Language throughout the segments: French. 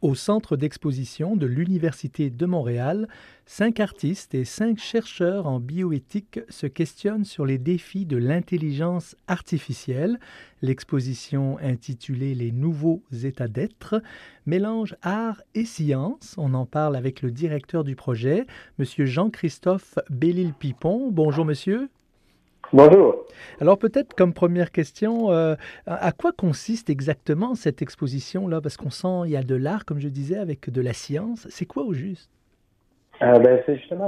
Au centre d'exposition de l'Université de Montréal, 5 artistes et 5 chercheurs en bioéthique se questionnent sur les défis de l'intelligence artificielle. L'exposition intitulée Les nouveaux états d'être mélange art et science. On en parle avec le directeur du projet, M. Jean-Christophe Bellil-Pipon. Bonjour monsieur. Bonjour. Alors peut-être comme première question, à quoi consiste exactement cette exposition-là? Parce qu'on sent il y a de l'art, comme je disais, avec de la science. C'est quoi au juste? C'est justement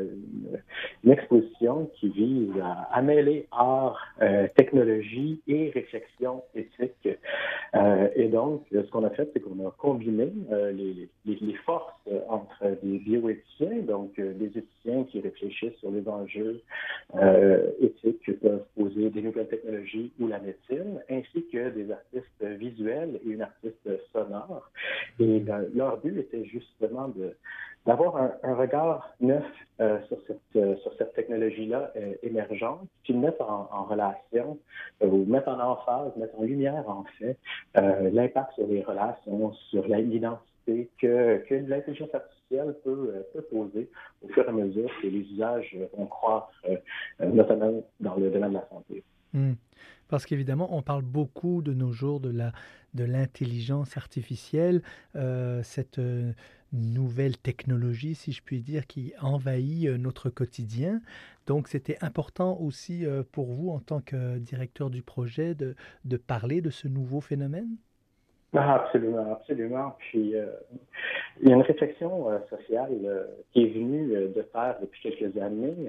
une exposition qui vise à mêler art, technologie et réflexion éthique. Et donc, ce qu'on a fait, c'est qu'on a combiné les forces entre des bioéthiciens, donc des éthiciens qui réfléchissent sur les enjeux éthiques que peuvent poser des nouvelles technologies ou la médecine, ainsi que des artistes visuels et une artiste sonore. Et leur but était justement d'avoir un regard neuf sur cette technologie-là émergente, puis mettre en relation, ou mettre en emphase, mettre en lumière, en fait, l'impact sur les relations, sur l'identité que l'intelligence artificielle peut poser au fur et à mesure que les usages vont croître, notamment dans le domaine de la santé. Hmm. Parce qu'évidemment, on parle beaucoup de nos jours de l'intelligence artificielle, cette nouvelle technologie, si je puis dire, qui envahit notre quotidien. Donc, c'était important aussi pour vous, en tant que directeur du projet, de parler de ce nouveau phénomène? Ah, absolument, absolument. Puis, il y a une réflexion sociale qui est venue de pair depuis quelques années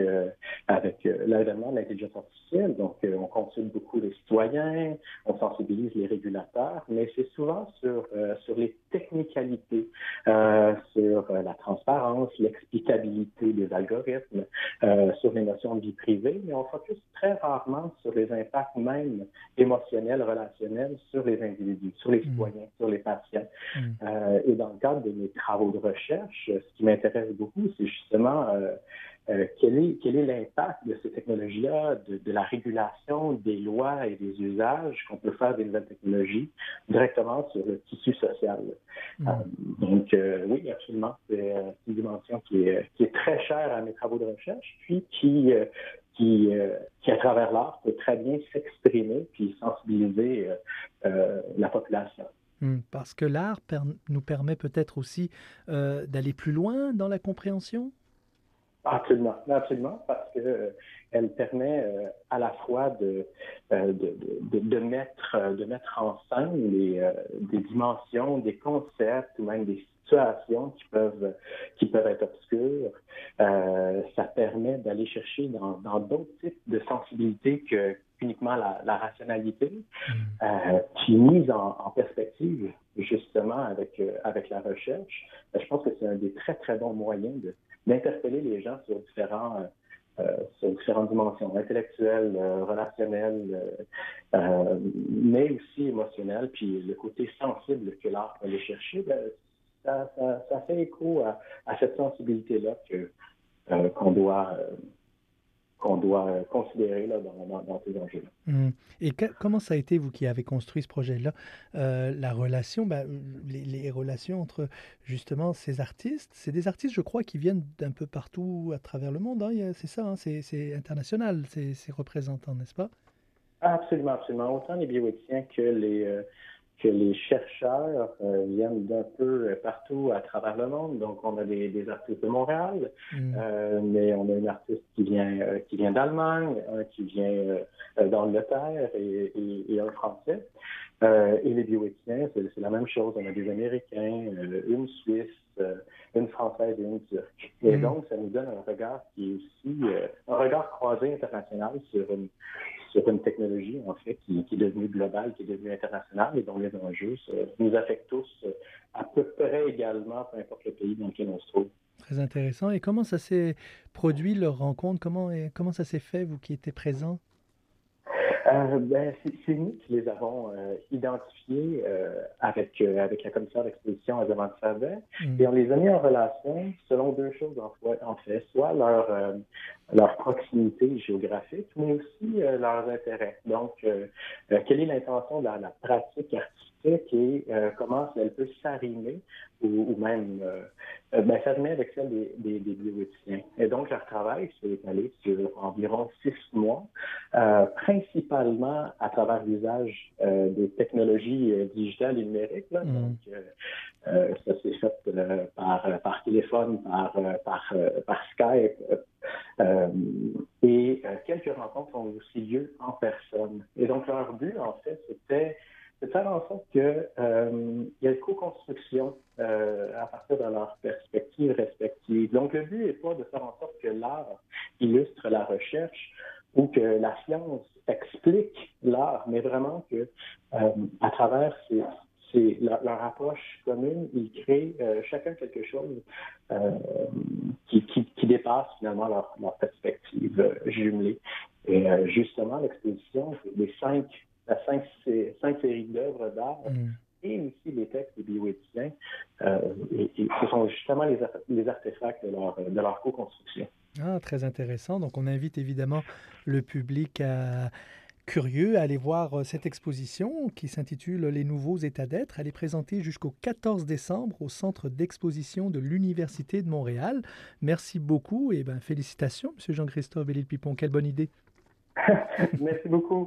avec l'avènement de l'intelligence artificielle. Donc, on consulte beaucoup les citoyens, on sensibilise les régulateurs, mais c'est souvent sur les technicalités, sur la transparence, l'explicabilité des algorithmes, sur les notions de vie privée, mais on focus très rarement sur les impacts même émotionnels, relationnels sur les individus, sur les citoyens, sur les patients. Et dans le cadre de mes travaux de recherche, ce qui m'intéresse beaucoup, c'est justement quel est l'impact de ces technologies-là, de la régulation des lois et des usages qu'on peut faire des nouvelles technologies directement sur le tissu social. Donc, oui, absolument, c'est une dimension qui est très chère à mes travaux de recherche, puis qui à travers l'art, peut très bien s'exprimer puis sensibiliser la population. Parce que l'art nous permet peut-être aussi d'aller plus loin dans la compréhension? Absolument, absolument, parce que elle permet à la fois de mettre en scène des dimensions, des concepts ou même des situations qui peuvent être obscures. Ça permet d'aller chercher dans d'autres types de sensibilité qu'uniquement la rationalité, qui est mise en perspective justement avec la recherche. Je pense que c'est un des très, très bons moyens d'interpeller les gens sur différentes dimensions, intellectuelles, relationnelles, mais aussi émotionnelles. Puis le côté sensible que l'art peut aller chercher, ça fait écho à cette sensibilité-là qu'on doit considérer là, dans ces enjeux-là. Et comment ça a été, vous qui avez construit ce projet-là, la relation, les relations entre justement ces artistes? C'est des artistes, je crois, qui viennent d'un peu partout à travers le monde, hein, c'est ça, hein, c'est international, ces représentants, n'est-ce pas? Absolument, absolument. Autant les bioéthiciens que les chercheurs viennent d'un peu partout à travers le monde. Donc, on a des artistes de Montréal, mais on a une artiste qui vient d'Allemagne, un qui vient d'Angleterre et un français. Et les bioéthiciens, c'est la même chose. On a des Américains, une Suisse, une Française et une Turque. Et donc, ça nous donne un regard qui est aussi un regard croisé international sur une technologie, en fait, qui est devenue globale, qui est devenue internationale et dont les enjeux nous affectent tous à peu près également, peu importe le pays dans lequel on se trouve. Très intéressant. Et comment ça s'est produit, leur rencontre? Comment ça s'est fait, vous qui étiez présent? C'est nous qui les avons identifiés avec la commissaire d'exposition Azamant Favet et on les a mis en relation selon deux choses en fait, soit leur proximité géographique, mais aussi leurs intérêts. Donc, quelle est l'intention de la pratique artistique esthétique et comment elle peut s'arrimer ou même s'arrimer avec celle des bioéthiciens. Et donc, leur travail s'est étalé sur environ 6 mois, principalement à travers l'usage des technologies digitales et numériques. Là. Donc, ça s'est fait par téléphone, par Skype. Quelques rencontres ont aussi lieu en personne. Et donc, leur but, en fait, c'était de faire en sorte qu'il y ait une co-construction à partir de leurs perspectives respectives. Donc, le but n'est pas de faire en sorte que l'art illustre la recherche ou que la science explique l'art, mais vraiment que à travers leur approche commune, ils créent chacun quelque chose qui dépasse finalement leur perspective jumelée. Et justement, l'exposition, la cinq séries d'œuvres d'art et aussi les textes des bioéthiciens, et ce sont justement les artefacts de leur co-construction. Ah, très intéressant. Donc, on invite évidemment le public curieux à aller voir cette exposition qui s'intitule Les nouveaux états d'être. Elle est présentée jusqu'au 14 décembre au Centre d'exposition de l'Université de Montréal. Merci beaucoup et félicitations, M. Jean-Christophe Bellil-Pipon. Quelle bonne idée. Merci beaucoup.